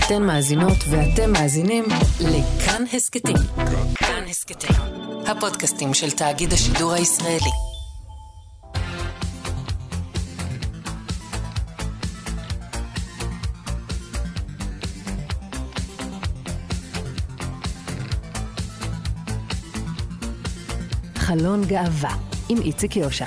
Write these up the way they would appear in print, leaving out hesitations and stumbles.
אתן מאזינות ואתם מאזינים לכאן הסקטים. כאן הסקטים, הפודקאסטים של תאגיד השידור הישראלי. חלון גאווה עם איציק יושע.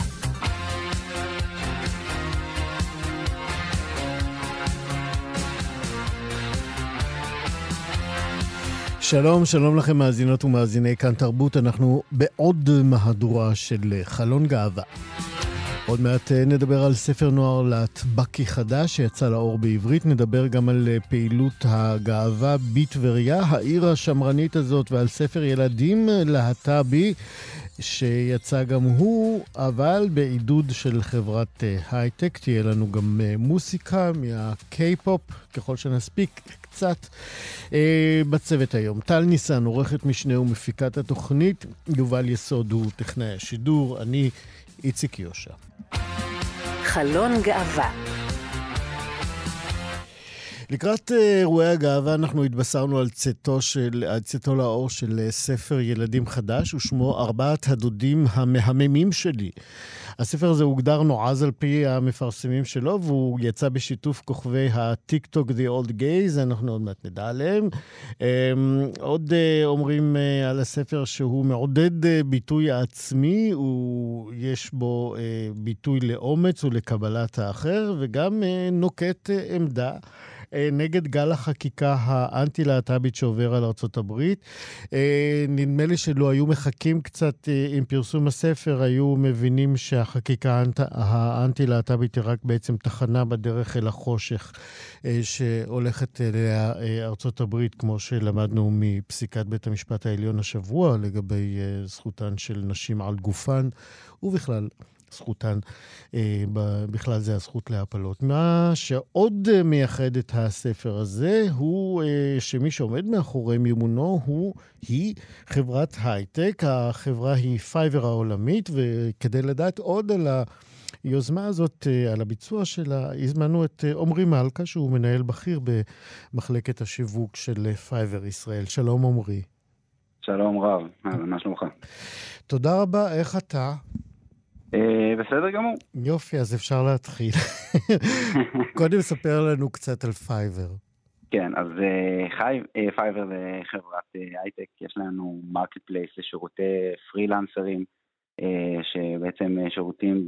שלום, שלום לכם מאזינות ומאזיני כאן תרבות. אנחנו בעוד מהדורה של חלון גאווה. עוד מעט נדבר על ספר נוער להטבקי חדש שיצא לאור בעברית. נדבר גם על פעילות הגאווה בטבריה, העיר השמרנית הזאת, ועל ספר ילדים להט"בי שיצא גם הוא, אבל בעידוד של חברת הייטק. תהיה לנו גם מוסיקה מהקיי-פופ, ככל שנספיק קצת. בצוות היום טל ניסן, עורכת משנה ומפיקת התוכנית, יובל יסוד הוא טכנאי השידור, אני איציק יושע. חלון גאווה. לקראת אירועי הגאווה אנחנו התבשרנו על צאתו לאור של ספר ילדים חדש, ושמו 4 הדודים המהממים שלי. הספר הזה הוגדר נועז על פי המפרסמים שלו, והוא יצא בשיתוף כוכבי הטיק-טוק The Old Gays, אנחנו עוד מעט נדע עליהם. עוד אומרים על הספר שהוא מעודד ביטוי העצמי, יש בו ביטוי לאומץ ולקבלת האחר, וגם נוקט עמדה נגד גל החקיקה האנטי-להט"בית שעובר על ארצות הברית. נדמה לי שלא היו מחכים קצת עם פרסום הספר, היו מבינים שהחקיקה האנטי-להט"בית היא רק בעצם תחנה בדרך אל החושך שהולכת אליה ארצות הברית, כמו שלמדנו מפסיקת בית המשפט העליון השבוע לגבי זכותן של נשים על גופן, ובכלל זכותן, בכלל זה הזכות להפלות. מה שעוד מייחד את הספר הזה הוא שמי שעומד מאחורי מימונו היא חברת הייטק. החברה היא פייבר העולמית, וכדי לדעת עוד על היוזמה הזאת, על הביצוע שלה, הזמנו את עומרי מלכה, שהוא מנהל בכיר במחלקת השיווק של פייבר ישראל. שלום עומרי. שלום רב, מה שלומך? תודה רבה, איך אתה? בסדר גמור. יופי, אז אפשר להתחיל. קודם ספר לנו קצת על פייבר. כן, אז פייבר זה חברת הייטק, יש לנו מרקט פלייס לשירותי פרילנסרים, שבעצם שירותים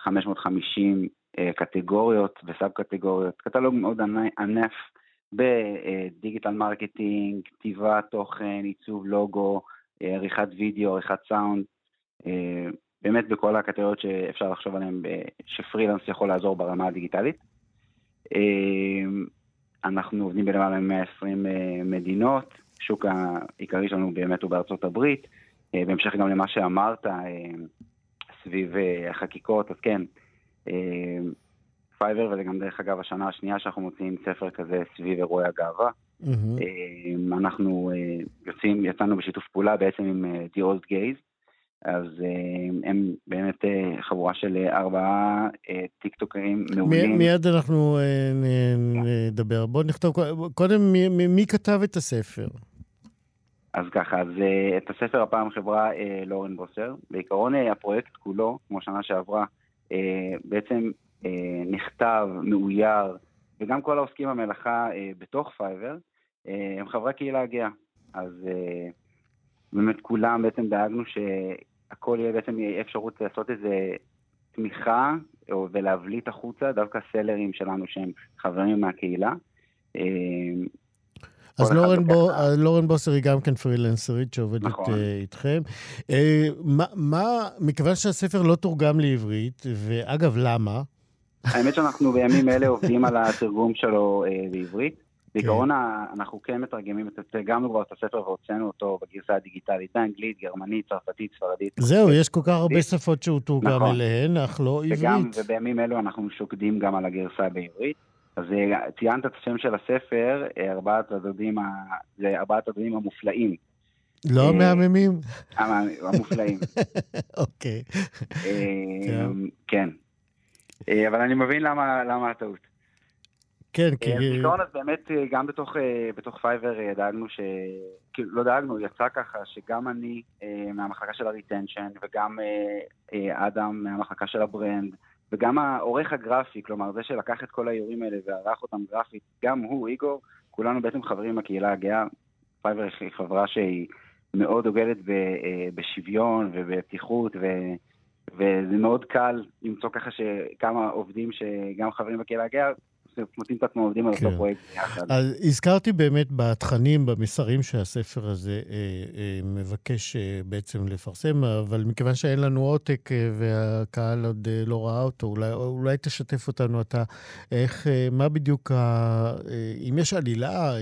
ב-550 קטגוריות וסאב קטגוריות, קטלוג מאוד ענף בדיגיטל מרקטינג, כתיבת תוכן, עיצוב לוגו, עריכת וידאו, עריכת סאונד, באמת בכל הקטגוריות שאפשר לחשוב עליהן שפרילנס יכול לעזור ברמה הדיגיטלית. אנחנו עובדים בלמעלה מ-120 מדינות, שוק העיקרי שלנו באמת הוא בארצות הברית, בהמשך גם למה שאמרת סביב החקיקות, אז כן, פייבר, וזה גם דרך אגב השנה השנייה שאנחנו מוצאים ספר כזה סביב אירועי הגאווה. אנחנו יצאנו בשיתוף פעולה בעצם עם The Old Gays, אז הם באמת חבורה של 4 טיקטוקרים מעולים. מיד אנחנו נדבר. בואו נכתוב, קודם מי כתב את הספר? אז ככה, אז את הספר הפעם חברה לורן בוסר. בעיקרון הפרויקט כולו, כמו שנה שעברה, בעצם נכתב, מאויר, וגם כל העוסקים במלאכה בתוך פייבר, הם חברי קהילה הגאה. אז באמת כולם בעצם דאגנו שהכל יהיה בעצם אפשרות לעשות איזה תמיכה ולהבליט החוצה, דווקא סלרים שלנו שהם חברים מהקהילה. אז לורן בוסר היא גם כן פרילנסרית שעובדת איתכם. מכיוון שהספר לא תורגם לעברית, ואגב למה? האמת שאנחנו בימים אלה עובדים על התרגום שלו בעברית. בעיקרון אנחנו כן מתרגמים, תרגמנו כבר את הספר והוצאנו אותו בגרסה הדיגיטלית, באנגלית, גרמנית, צרפתית, ספרדית. זהו, יש כל כך הרבה שפות שהוא תורגם אליהן, אך לא עברית. ובימים אלו אנחנו שוקדים גם על הגרסה בעברית. אז ציינת את השם של הספר, 4 הדודים המופלאים. לא המהממים? המופלאים. אוקיי. כן. אבל אני מבין למה הטעות. כן, כי... בעיקרון, אז באמת גם בתוך פייבר דאגנו כאילו לא דאגנו, יצא ככה שגם אני מהמחלקה של הריטנשן, וגם אדם מהמחלקה של הברנד, וגם העורך הגרפי, כלומר זה שלקח את כל האיורים האלה וערך אותם גרפית, גם הוא, איגור, כולנו בעצם חברים מהקהילה הגאה. פייבר היא חברה שהיא מאוד דוגלת בשוויון ובפתיחות, וזה מאוד קל למצוא ככה שכמה עובדים שגם חברים בקהילה הגאה, מוצאים את עצמם עובדים על אותו פרויקט ביחד. אז הזכרתי באמת בתכנים, במסרים שהספר הזה מבקש בעצם לפרסם, אבל מכיוון שאין לנו עותק והקהל עוד לא ראה אותו, אולי תשתף אותנו אתה, מה בדיוק, אם יש עלילה,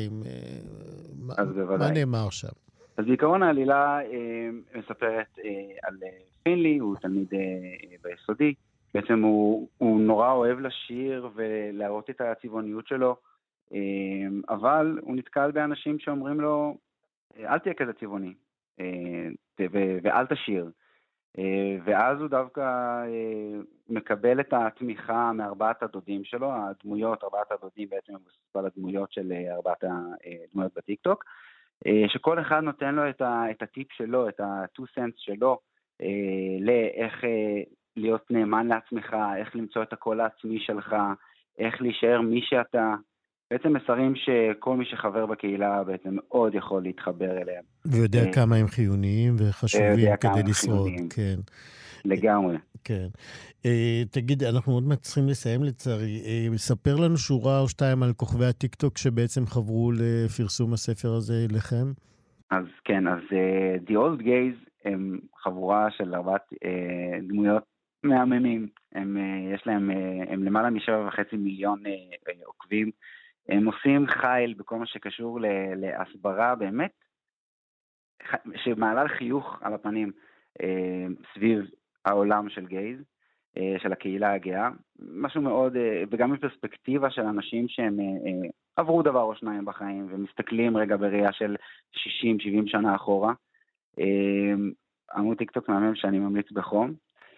מה נאמר שם? אז בעיקרון העלילה מספרת על פינלי, הוא תלמיד ביסודי, בעצם הוא נורא אוהב לשיר ולהראות את הצבעוניות שלו, אבל הוא נתקל באנשים שאומרים לו, אל תהיה כזה צבעוני, ואל תשיר. ואז הוא דווקא מקבל את התמיכה מארבעת הדודים שלו, ארבעת הדודים בעצם מבוססות על הדמויות של ארבעת הדמויות בטיקטוק, שכל אחד נותן לו את הטיפ שלו, את ה-2 cents שלו, לאיך להיות נאמן לעצמך, איך למצוא את הקול העצמי שלך, איך להישאר מי שאתה, בעצם מסרים שכל מי שחבר בקהילה בעצם מאוד יכול להתחבר אליהם. ויודע כמה הם חיוניים וחשובים כדי לשרוד. כן. לגמרי. כן. תגיד, אנחנו עוד מעט צריכים לסיים לצערי. ספר לנו שורה או שתיים על כוכבי הטיקטוק שבעצם חברו לפרסום הספר הזה לכם. אז כן, אז The Old Gays הם חבורה של 4 דמויות מהממים. יש להם, הם למעלה מ7.5 מיליון עוקבים. הם עושים חייל בכל מה שקשור להסברה באמת, שמעלה חיוך על הפנים סביב העולם של גייז, של הקהילה הגאה. משהו מאוד, וגם מפרספקטיבה של אנשים שהם עברו דבר או שניים בחיים, ומסתכלים רגע בראייה של 60-70 שנה אחורה. עמוד טיקטוק מהמם שאני ממליץ בחום.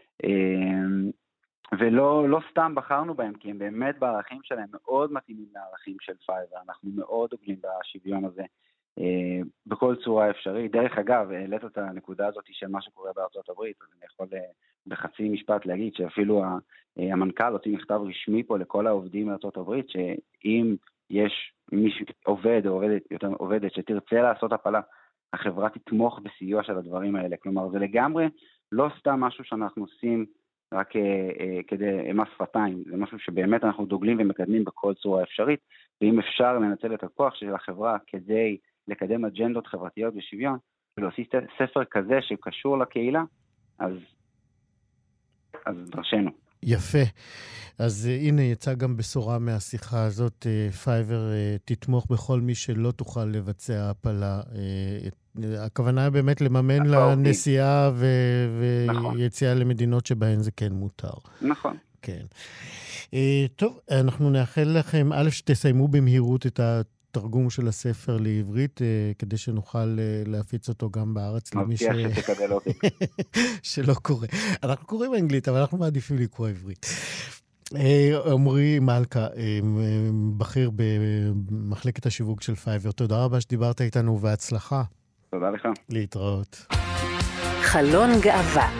ולא סתם בחרנו בהם, כי הם באמת בערכים שלהם מאוד מתאימים לערכים של פייבר. אנחנו מאוד דוגלים בשוויון הזה בכל צורה אפשרית. דרך אגב, העלית את הנקודה הזאת של מה שקורה בארצות הברית, אז אני יכול בחצי משפט להגיד שאפילו המנכ"ל הוציא מכתב רשמי פה לכל העובדים בארצות הברית, שאם יש מישהו עובד או עובדת שתרצה לעשות הפלה, החברה תתמוך בסיוע של הדברים האלה. כלומר, זה לגמרי לא סתם משהו שאנחנו עושים רק כדי מס שפתיים, זה משהו שבאמת אנחנו דוגלים ומקדמים בכל צורה אפשרית, ואם אפשר לנצל את הכוח של החברה כדי לקדם אג'נדות חברתיות ושוויון, ולהוסיף ספר כזה שקשור לקהילה, אז דרשנו. יפה. אז הנה יצא גם בשורה מהשיחה הזאת, פייבר תתמוך בכל מי שלא תוכל לבצע הפלה. הכוונה היא באמת לממן לנסיעה ויציאה למדינות שבהן זה כן מותר. נכון. כן. טוב, אנחנו נאחל לכם, שתסיימו במהירות את התרגום של הספר לעברית, כדי שנוכל להפיץ אותו גם בארץ למי מבטיח שתקבל אותי. שלא קורא. אנחנו קוראים אנגלית, אבל אנחנו מעדיפים לקרוא עברית. עמרי מלכה, בכיר במחלקת השיווק של פייבר, תודה רבה שדיברת איתנו והצלחה. תודה לך. להתראות. חלון גאווה.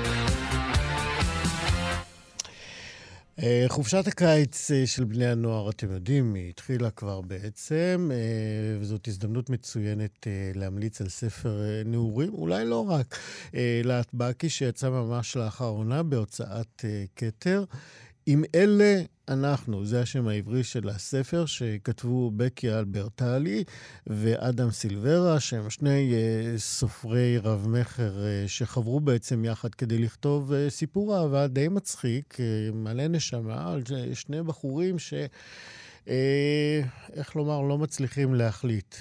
חופשת הקיץ של בני הנוער, אתם יודעים, היא התחילה כבר בעצם, וזאת הזדמנות מצוינת להמליץ על ספר נעורים, אולי לא רק, להטבקי שיצא ממש לאחרונה בהוצאת כתר. עם אלה אנחנו, זה השם העברי של הספר שכתבו בקי אלברטלי ואדם סילברה, שהם שני סופרי רב מחר שחברו בעצם יחד כדי לכתוב סיפור אהבה די מצחיק, מלא נשמה, על שני בחורים איך לומר, לא מצליחים להחליט.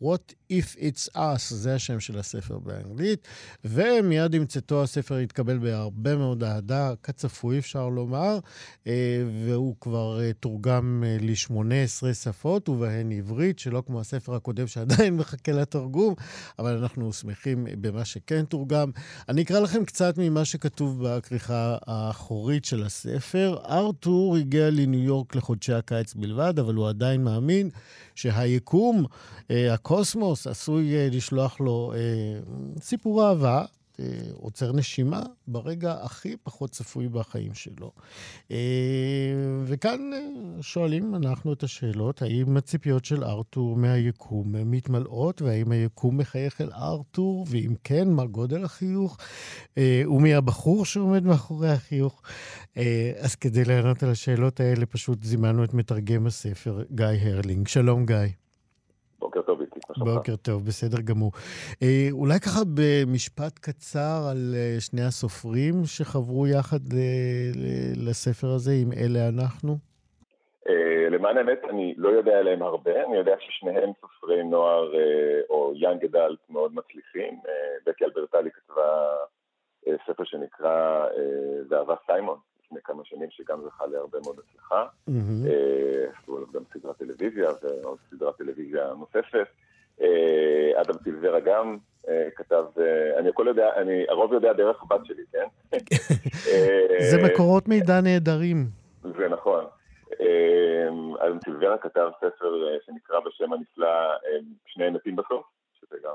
What If It's Us, זה השם של הספר באנגלית, ומיד עם צאתו הספר התקבל בהרבה מאוד אהדה, כצפוי אפשר לומר, והוא כבר תורגם ל-18 שפות, ובהן עברית, שלא כמו הספר הקודם שעדיין מחכה לתרגום, אבל אנחנו שמחים במה שכן תורגם. אני אקרא לכם קצת ממה שכתוב בכריכה האחורית של הספר. ארתור הגיע לניו יורק לחודשי הקיץ בלבד, אבל הוא עדיין מאמין שהיקום, הקוסמוס, עשוי לשלוח לו סיפור אהבה, עוצר נשימה ברגע הכי פחות צפוי בחיים שלו. וכאן שואלים אנחנו את השאלות, האם הציפיות של ארתור מהיקום מתמלאות, והאם היקום מחייך אל ארתור, ואם כן, מה גודל החיוך, ומי הבחור שעומד מאחורי החיוך. אז כדי לענות על השאלות האלה, פשוט זימנו את מתרגם הספר, גיא הרלינג. שלום גיא. בוקר טוב, איתי. בוקר טוב, בסדר גמור. אולי ככה במשפט קצר על שני הסופרים שחברו יחד לספר הזה, עם אלה אנחנו? למען האמת, אני לא יודע עליהם הרבה, אני יודע ששניהם סופרי נוער או יאנג אדלט מאוד מצליחים. בקי אלברטלי כתבה ספר שנקרא ואהבה סיימון, לפני כמה שנים שגם זכה להרבה מאוד הצלחה. עשו עליו גם סדרת טלוויזיה ועוד סדרת טלוויזיה נוספת. אדם סילברה גם כתב, אני הרוב יודע דרך הבת שלי, כן? זה מקורות מידע נהדרים. זה נכון. אדם סילברה כתב ספר שנקרא בשם הנפלא שני מתים בסוף, שזה גם,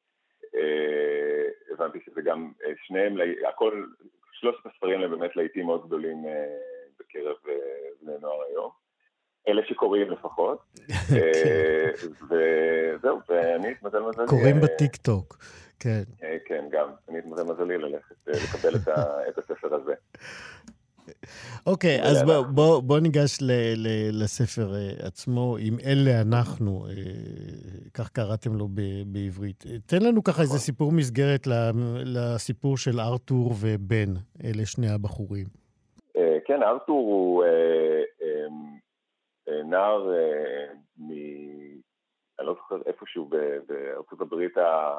הבנתי שזה גם שניהם, הכל, שלושת הספרים הם באמת לעיתים מאוד גדולים בקרב בני נוער היום. אלה שקוראים לפחות. וזהו, ואני אתמזל מזלי. קוראים בטיק-טוק, כן. כן, גם. אני אתמזל מזלי ללכת, לקבל את הספר הזה. אוקיי, אז בוא ניגש לספר עצמו, עם אלה אנחנו, כך קראתם לו בעברית. תן לנו ככה איזה סיפור מסגרת לסיפור של ארתור ובן, אלה שני הבחורים. כן, ארתור הוא נער אני לא זוכר איפשהו בארצות הברית,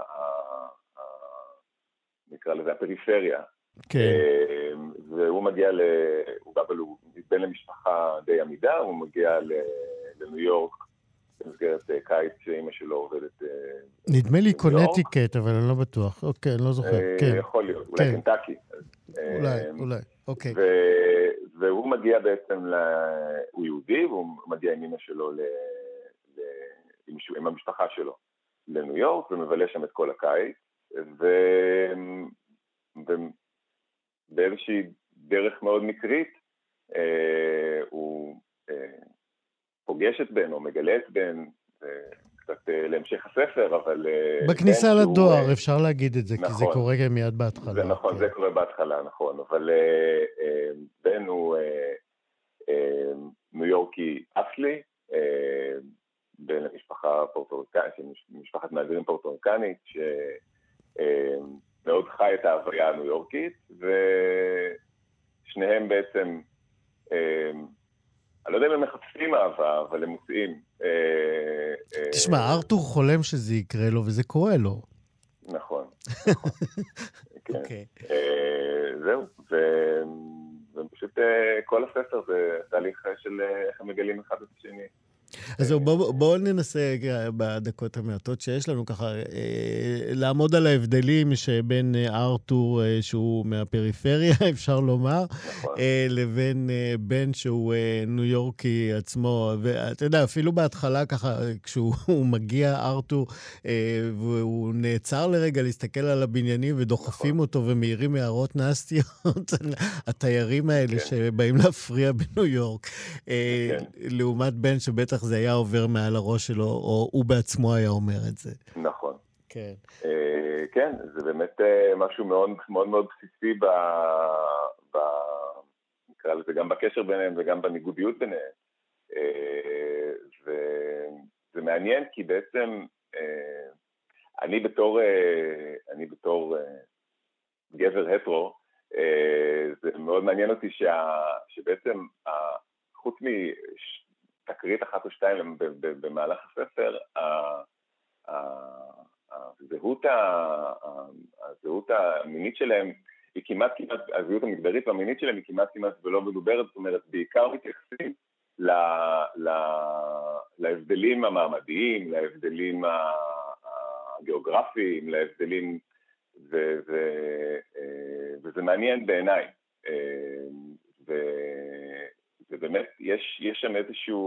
נקרא לזה הפריפריה. כן. והוא מגיע הוא בן למשפחה די עמידה, הוא מגיע לניו יורק במסגרת קיץ שאמא שלו עובדת. נדמה לי קונטיקט, אבל אני לא בטוח. אוקיי, אני לא זוכר. יכול להיות, אולי קנטקי. אולי, אוקיי. והוא מגיע בעצם, הוא יהודי, והוא מגיע עם אמא שלו, עם המשפחה שלו לניו יורק, ומבלה שם את כל הקיץ, ובאיזושהי דרך מאוד מקרית, הוא פוגש את בן, או מגלה את בן, קצת להמשך הספר, אבל... בכניסה לדואר, אפשר להגיד את זה, כי זה קורה גם מיד בהתחלה. זה נכון, זה קורה בהתחלה, נכון, אבל בן הוא ניו יורקי אסלי, בן למשפחה פורטוריקנית, משפחת מהגרים פורטוריקנית, שמאוד חי את ההוויה הניו יורקית, ושניהם בעצם, אני לא יודע אם הם מחפשים אהבה, אבל הם מוצאים. תשמע, ארתור חולם שזה יקרה לו, וזה קורה לו. נכון. אוקיי. זהו, ופשוט כל הספר זה תהליך של איך הם מגלים אחד את השני. אז בואו ננסה בדקות המעטות שיש לנו ככה לעמוד על ההבדלים שבין ארתור שהוא מהפריפריה אפשר לומר, לבין בן שהוא ניו יורקי עצמו, ואתה יודע אפילו בהתחלה ככה כשהוא מגיע ארתור והוא נעצר לרגע להסתכל על הבניינים ודוחפים אותו ומאירים הערות נסטיות התיירים האלה שבאים להפריע בניו יורק, לעומת בן שבטח זה היה עובר מעל הראש שלו, או הוא בעצמו היה אומר את זה. נכון. כן. כן, זה באמת משהו מאוד מאוד מאוד בסיסי נקרא לזה גם בקשר ביניהם וגם בניגודיות ביניהם. וזה מעניין כי בעצם אני בתור גבר הטרו, זה מאוד מעניין אותי שבעצם חוץ תקרית אחת או שתיים במהלך הספר, הזהות המינית שלהם היא כמעט, הזהות המגדרית והמינית שלהם היא כמעט ולא מדוברת, זאת אומרת, בעיקר מתייחסים להבדלים המעמדיים, להבדלים הגיאוגרפיים, להבדלים, וזה מעניין בעיניי. ובאמת, יש שם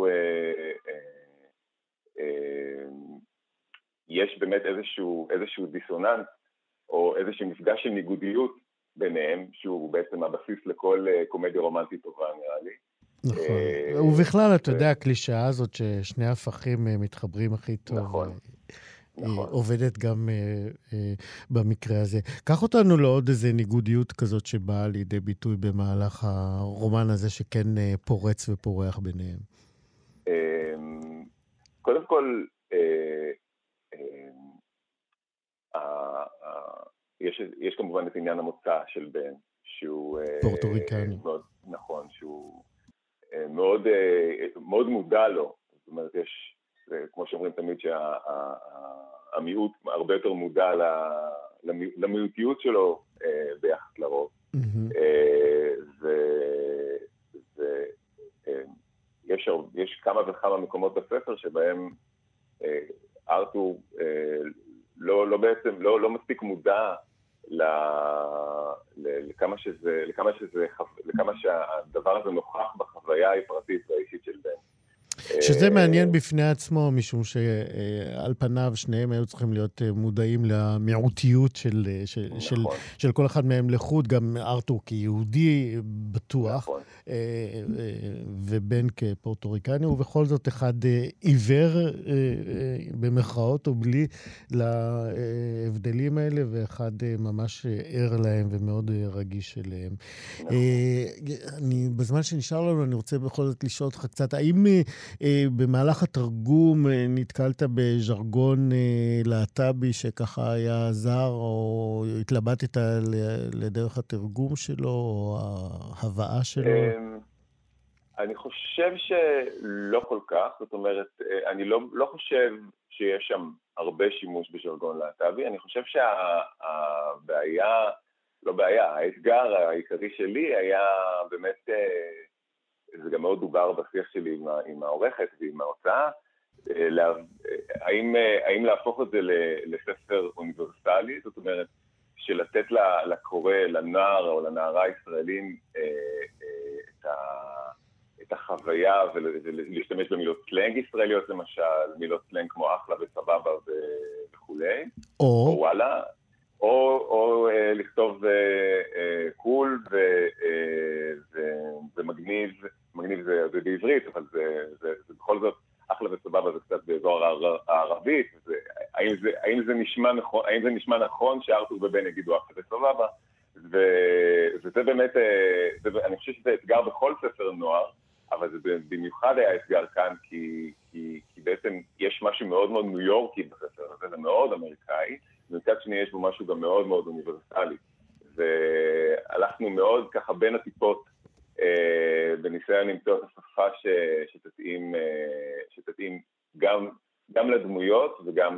יש באמת איזשהו דיסוננס, או איזשהו מפגש של ניגודיות ביניהם, שהוא בעצם הבסיס לכל קומדיה רומנטית טובה, נראה לי. נכון. ובכלל, אתה יודע, הקלישאה הזאת ששני הפכים מתחברים הכי טוב. נכון. עובדת גם במקרה הזה. קח אותנו לעוד איזה ניגודיות כזאת שבאה לידי ביטוי במהלך הרומן הזה, שכן פורץ ופורח ביניהם. קודם כל, יש כמובן את עניין המוצא של בן, שהוא פורטוריקני. נכון, שהוא מאוד מודע לו. זאת אומרת, יש, כמו שאומרים תמיד, שהמיעוט הרבה יותר מודע למיעוטיות שלו ביחס לרוב. ויש כמה וכמה מקומות בספר שבהם ארתור לא מספיק מודע לכמה שהדבר הזה נוכח בחוויה הפרטית והאישית של בן. שזה מעניין בפני עצמו, משום שעל פניו שניהם היו צריכים להיות מודעים למיעוטיות של כל אחד מהם לחוד, גם ארתור כיהודי בטוח, ובן כפורטוריקני, ובכל זאת אחד עיוור במחאות או בלי להבדלים האלה, ואחד ממש ער להם ומאוד רגיש אליהם. בזמן שנשאר לנו, אני רוצה בכל זאת לשאול אותך קצת, האם במהלך התרגום נתקלת בז'רגון להט"בי שככה היה זר, או התלבטת לדרך התרגום שלו, או ההבאה שלו? אני חושב שלא כל כך, זאת אומרת, אני לא חושב שיש שם הרבה שימוש בז'רגון להט"בי, אני חושב שהבעיה, לא בעיה, האתגר העיקרי שלי היה באמת, זה גם מאוד דובר בשיח שלי עם העורכת ועם ההוצאה, האם להפוך את זה לספר אוניברסלי, זאת אומרת, שלתת לקורא, לנער או לנערה הישראלים את החוויה ולהשתמש במילות סלנג ישראליות למשל, מילות סלנג כמו אחלה וסבבה וכולי, או וואלה, או לכתוב קול ומגניב, מגניב זה בעברית, אבל זה בכל זאת, אחלה וסבבה זה קצת באזור הערבית, האם זה נשמע נכון שארתור ובן יגידו אחלה וסבבה, וזה באמת, אני חושב שזה אתגר בכל ספר נוער, אבל זה במיוחד היה אתגר כאן, כי בעצם יש משהו מאוד מאוד ניו יורקי בספר הזה, זה מאוד אמריקאי, ומצד שני יש בו משהו גם מאוד מאוד אוניברסלי, והלכנו מאוד ככה בין הטיפות, בניסיון למצוא את השפה שתתאים גם לדמויות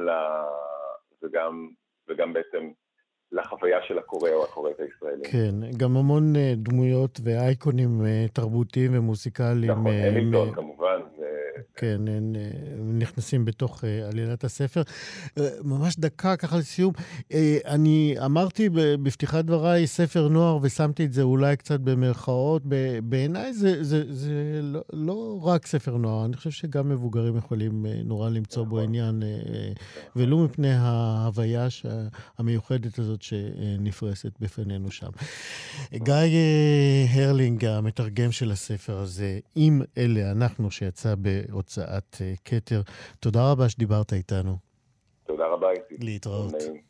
וגם בעצם לחוויה של הקורא או הקוראת הישראלים. כן, גם המון דמויות ואייקונים תרבותיים ומוסיקליים. נכון, המילטון כמובן. כן, הם נכנסים בתוך עלילת הספר. ממש דקה ככה לסיום. אני אמרתי בפתיחת דבריי ספר נוער, ושמתי את זה אולי קצת במרכאות. בעיניי זה לא רק ספר נוער, אני חושב שגם מבוגרים יכולים נורא למצוא בו עניין, ולא מפני ההוויה המיוחדת הזאת שנפרסת בפנינו שם. גיא הרלינג, המתרגם של הספר הזה, עם אלה אנחנו, שיצא בהוצאת כתר. תודה רבה שדיברת איתנו. תודה רבה. להתראות.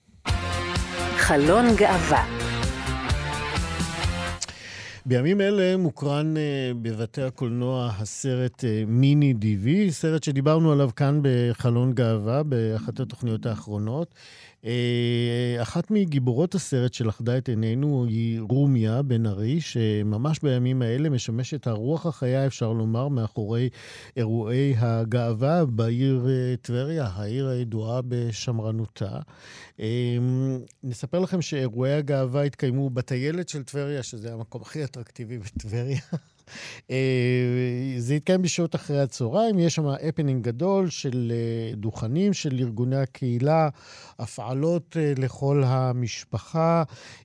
חלון גאווה. בימים אלה מוקרן בבתי הקולנוע הסרט מיני דיווי, סרט שדיברנו עליו כאן בחלון גאווה, באחת התוכניות האחרונות. אחת מגיבורות הסרט שלכדה את עינינו היא רומיה בן ארי, שממש בימים האלה משמשת הרוח החיה, אפשר לומר, מאחורי אירועי הגאווה בעיר טבריה, העיר הידועה בשמרנותה. נספר לכם שאירועי הגאווה התקיימו בטיילת של טבריה, שזה המקום הכי אטרקטיבי בטבריה. זה התקיים בשעות אחרי הצהריים, יש שם הפנינג גדול של דוכנים של ארגוני הקהילה, הפעלות לכל המשפחה,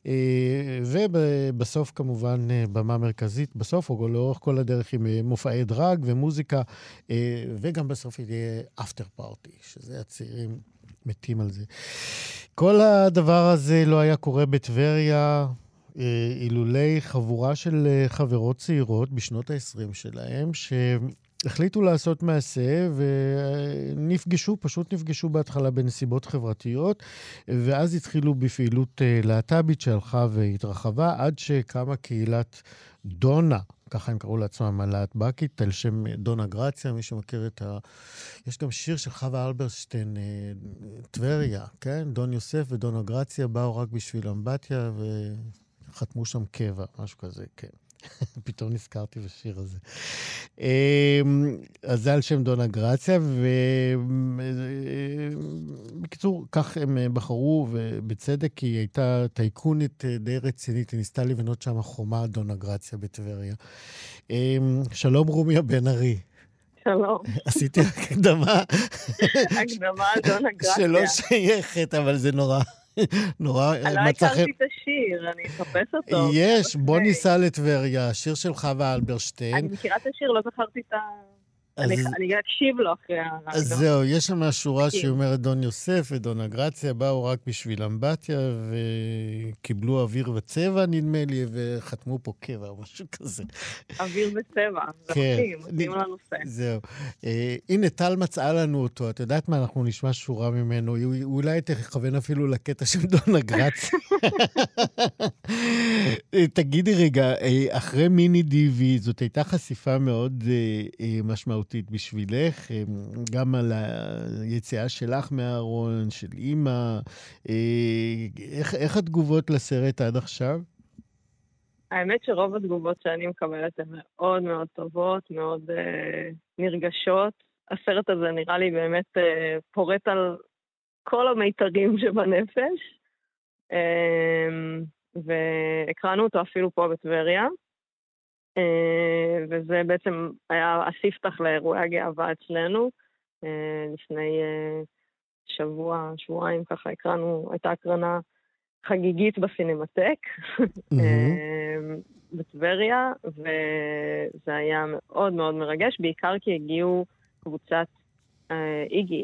ובסוף כמובן במה מרכזית, בסוף או לאורך כל הדרך עם מופעי דרג ומוזיקה, וגם בסוף יהיה אפטר פארטי, שזה הצעירים מתים על זה. כל הדבר הזה לא היה קורה בטבריה, אילולי חבורה של חברות צעירות בשנות ה-20 שלהם, שהחליטו לעשות מעשה ונפגשו, פשוט נפגשו בהתחלה בנסיבות חברתיות, ואז התחילו בפעילות להט"בית שהלכה והתרחבה, עד שקמה קהילת דונה, ככה הם קראו לעצמם הלהט"בקית, על שם דונה גרציה, מי שמכיר את יש גם שיר של חווה אלברשטיין, טבריה, כן? דון יוסף ודונה גרציה באו רק בשביל אמבטיה חתמו שם קבע, משהו כזה, כן. פתאום נזכרתי בשיר הזה. אז זה על שם דונה גרציה, ובקיצור, כך הם בחרו, ובצדק, כי היא הייתה טייקונית די רצינית, היא ניסתה לבנות שם חומה דונה גרציה בטבריה. שלום רומיה בן ארי. שלום. עשיתי הקדמה. הקדמה דונה גרציה. שלא שייכת, אבל זה נורא. נורא מצא חן. לא הכרתי את השיר, אני אחפש אותו. יש, בוא ניסע לטבריה, השיר של חווה אלברשטיין. אני מכירה את השיר, לא זכרתי את אני אקשיב לו אחרי אז זהו, יש שם השורה שאומרת דון יוסף ודונה גרציה, באו רק בשביל אמבטיה, וקיבלו אוויר וצבע, נדמה לי, וחתמו פה קבע, או משהו כזה. אוויר וצבע, זה מתאים לנושא. זהו. הנה, טל מצאה לנו אותו, את יודעת מה, אנחנו נשמע שורה ממנו, אולי תכוון אפילו לקטע של דונה גרציה. תגידי רגע, אחרי מיני דיווי, זאת הייתה חשיפה מאוד משמעותית בשבילך, גם על היציאה שלך מהארון, של אמא. איך התגובות לסרט עד עכשיו? האמת שרוב התגובות שאני מקבלת הן מאוד מאוד טובות, מאוד נרגשות. הסרט הזה נראה לי באמת פורט על כל המיתרים שבנפש, והקראנו אותו אפילו פה בטבריה. וזה בעצם היה הספתח לאירועי הגאווה אצלנו. לפני שבועיים ככה הייתה הקרנה חגיגית בסינמטק בטבריה, וזה היה מאוד מאוד מרגש, בעיקר כי הגיעו קבוצת איגי,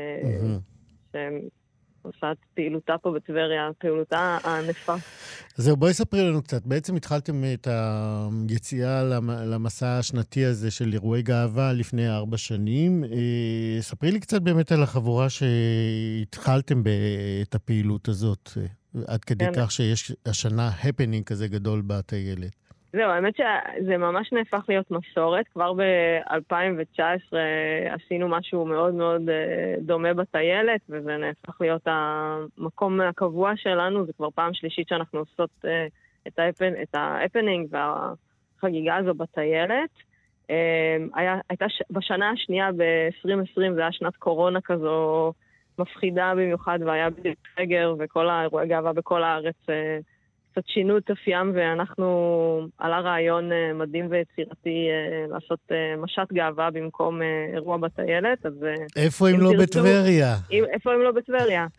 עושה את פעילותה פה בטבריה, פעילותה הענפה. זהו, בואי ספרי לנו קצת. בעצם התחלתם את היציאה למסע השנתי הזה של אירועי גאווה לפני 4 שנים. ספרי לי קצת באמת על החבורה שהתחלתם את הפעילות הזאת, עד כדי כך שיש השנה הפנינג כזה גדול בטיילת. זהו, האמת שזה ממש נהפך להיות מסורת. כבר ב-2019 עשינו משהו מאוד מאוד דומה בטיילת, וזה נהפך להיות המקום הקבוע שלנו. זה כבר פעם שלישית שאנחנו עושות את ההפנינג והחגיגה הזו בטיילת. הייתה בשנה השנייה ב-2020, זה היה שנת קורונה כזו מפחידה במיוחד, והיה בדיוק סגר, וכל האירועי גאווה בכל הארץ קצת שינו את אופיים, ואנחנו עלה רעיון מדהים ויצירתי לעשות משט גאווה במקום אירוע בטיילת. איפה אם לא בטבריה? איפה אם לא בטבריה.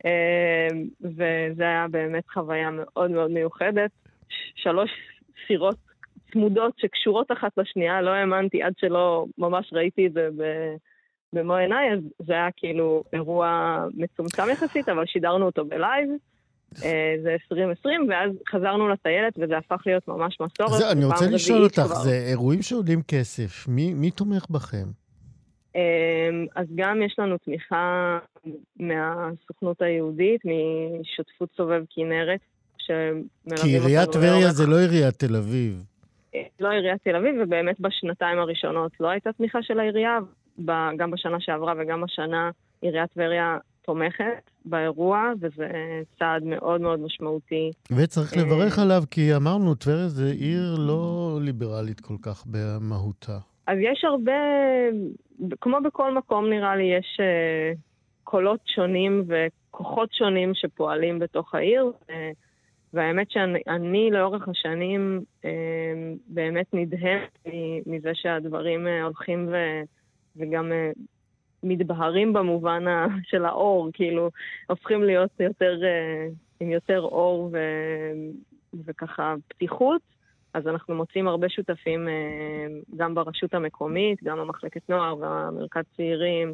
וזה היה באמת חוויה מאוד מאוד מיוחדת. 3 סירות צמודות שקשורות אחת לשנייה, לא האמנתי עד שלא ממש ראיתי את זה במו עיניי, אז זה היה כאילו אירוע מצומצם יחסית, אבל שידרנו אותו בלייב. זה 2020, ואז חזרנו לטיילת, וזה הפך להיות ממש מסורת. אני רוצה לשאול אותך, זה אירועים שעולים כסף, מי תומך בכם? אז גם יש לנו תמיכה מהסוכנות היהודית, משותפות סובב כנרת, כי עיריית טבריה זה לא עיריית תל אביב. לא עיריית תל אביב, ובאמת בשנתיים הראשונות לא הייתה תמיכה של העירייה, גם בשנה שעברה וגם בשנה עיריית טבריה תומכת באירוע, וזה צעד מאוד מאוד משמעותי. וצריך לברך עליו, כי אמרנו, טבריה זה עיר לא ליברלית כל כך במהותה. אז יש הרבה, כמו בכל מקום נראה לי, יש קולות שונים וכוחות שונים שפועלים בתוך העיר, והאמת שאני לאורך השנים באמת נדהמת מזה שהדברים הולכים וגם מתבהרים במובן של האור, כאילו הופכים להיות עם יותר אור וככה פתיחות, אז אנחנו מוצאים הרבה שותפים גם ברשות המקומית, גם במחלקת נוער והמרכז צעירים,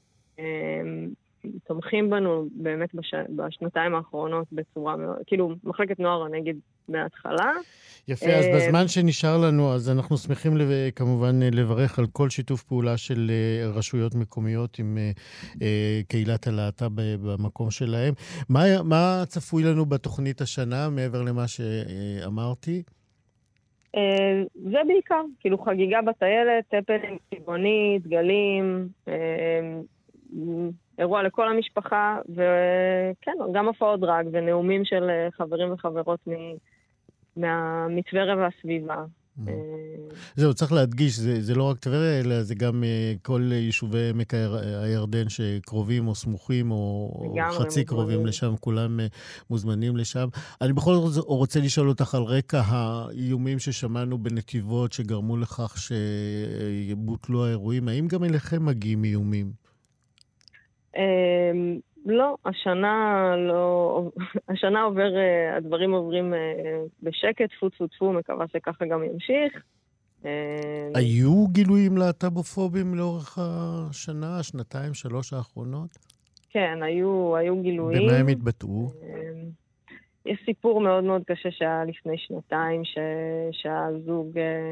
תומכים בנו באמת בשנתיים האחרונות בצורה מאוד, כאילו מחלקת נוער אני אגיד מההתחלה. יפה, אז בזמן שנשאר לנו, אז אנחנו שמחים כמובן לברך על כל שיתוף פעולה של רשויות מקומיות עם קהילת הלהט"ב במקום שלהם. מה צפוי לנו בתוכנית השנה, מעבר למה שאמרתי? זה בעיקר, כאילו חגיגה בטיילת, טפלים, צבעונית, דגלים, אירוע לכל המשפחה, וכן, גם הופעות דרג ונאומים של חברים וחברות מהטבריה והסביבה. זהו, צריך להדגיש, זה לא רק טבריה, אלא זה גם כל יישובי עמק הירדן שקרובים או סמוכים או חצי קרובים לשם, כולם מוזמנים לשם. אני בכל זאת רוצה לשאול אותך על רקע האיומים ששמענו בנתיבות שגרמו לכך שבוטלו האירועים, האם גם אליכם מגיעים איומים? לא, השנה הדברים עוברים בשקט, טפו, מקווה שככה גם ימשיך. היו גילויים להט"בופובים לאורך השנה, שנתיים, 3 האחרונות? כן, היו גילויים. במה הם התבטאו? יש סיפור מאוד מאוד קשה שהיה לפני 2 שהזוג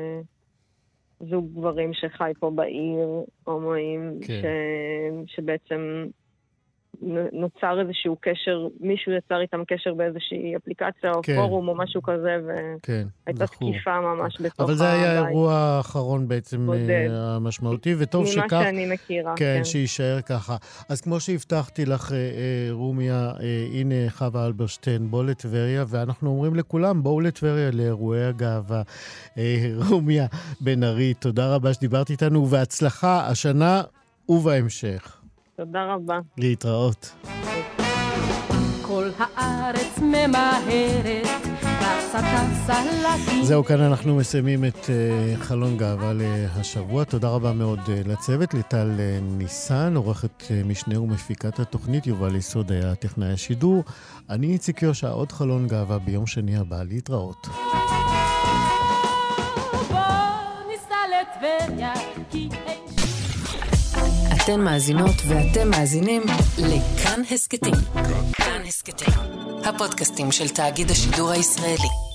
גברים שחי פה בעיר, הומואים, כן. שבעצם נוצר איזשהו קשר, מישהו יצר איתם קשר באיזושהי אפליקציה או פורום או משהו כזה, והייתה תקיפה ממש בתוך הבית. אבל זה היה האירוע האחרון בעצם המשמעותי, וטוב שכך, ממה שאני מכירה. כן, שישאר ככה. אז כמו שהבטחתי לך, רומיה, הנה חווה אלברשטיין, בוא לטבריה, ואנחנו אומרים לכולם, בואו לטבריה לאירועי הגאווה. רומיה בן ארי, תודה רבה שדיברת איתנו, והצלחה השנה ובהמשך. תודה רבה. להתראות. כל הארץ ממהרת, זהו, כאן אנחנו מסיימים את חלון גאווה להשבוע. תודה רבה מאוד לצוות, ליטל ניסן, עורכת משנה ומפיקת התוכנית, יובל יסוד היה טכנאי השידור. אני איציק יושע, עוד חלון גאווה ביום שני הבא, להתראות. אתן מאזינות ואתם מאזינים לכאן הסקטים. כאן הסקטים, הפודקאסטים של תאגיד השידור הישראלי.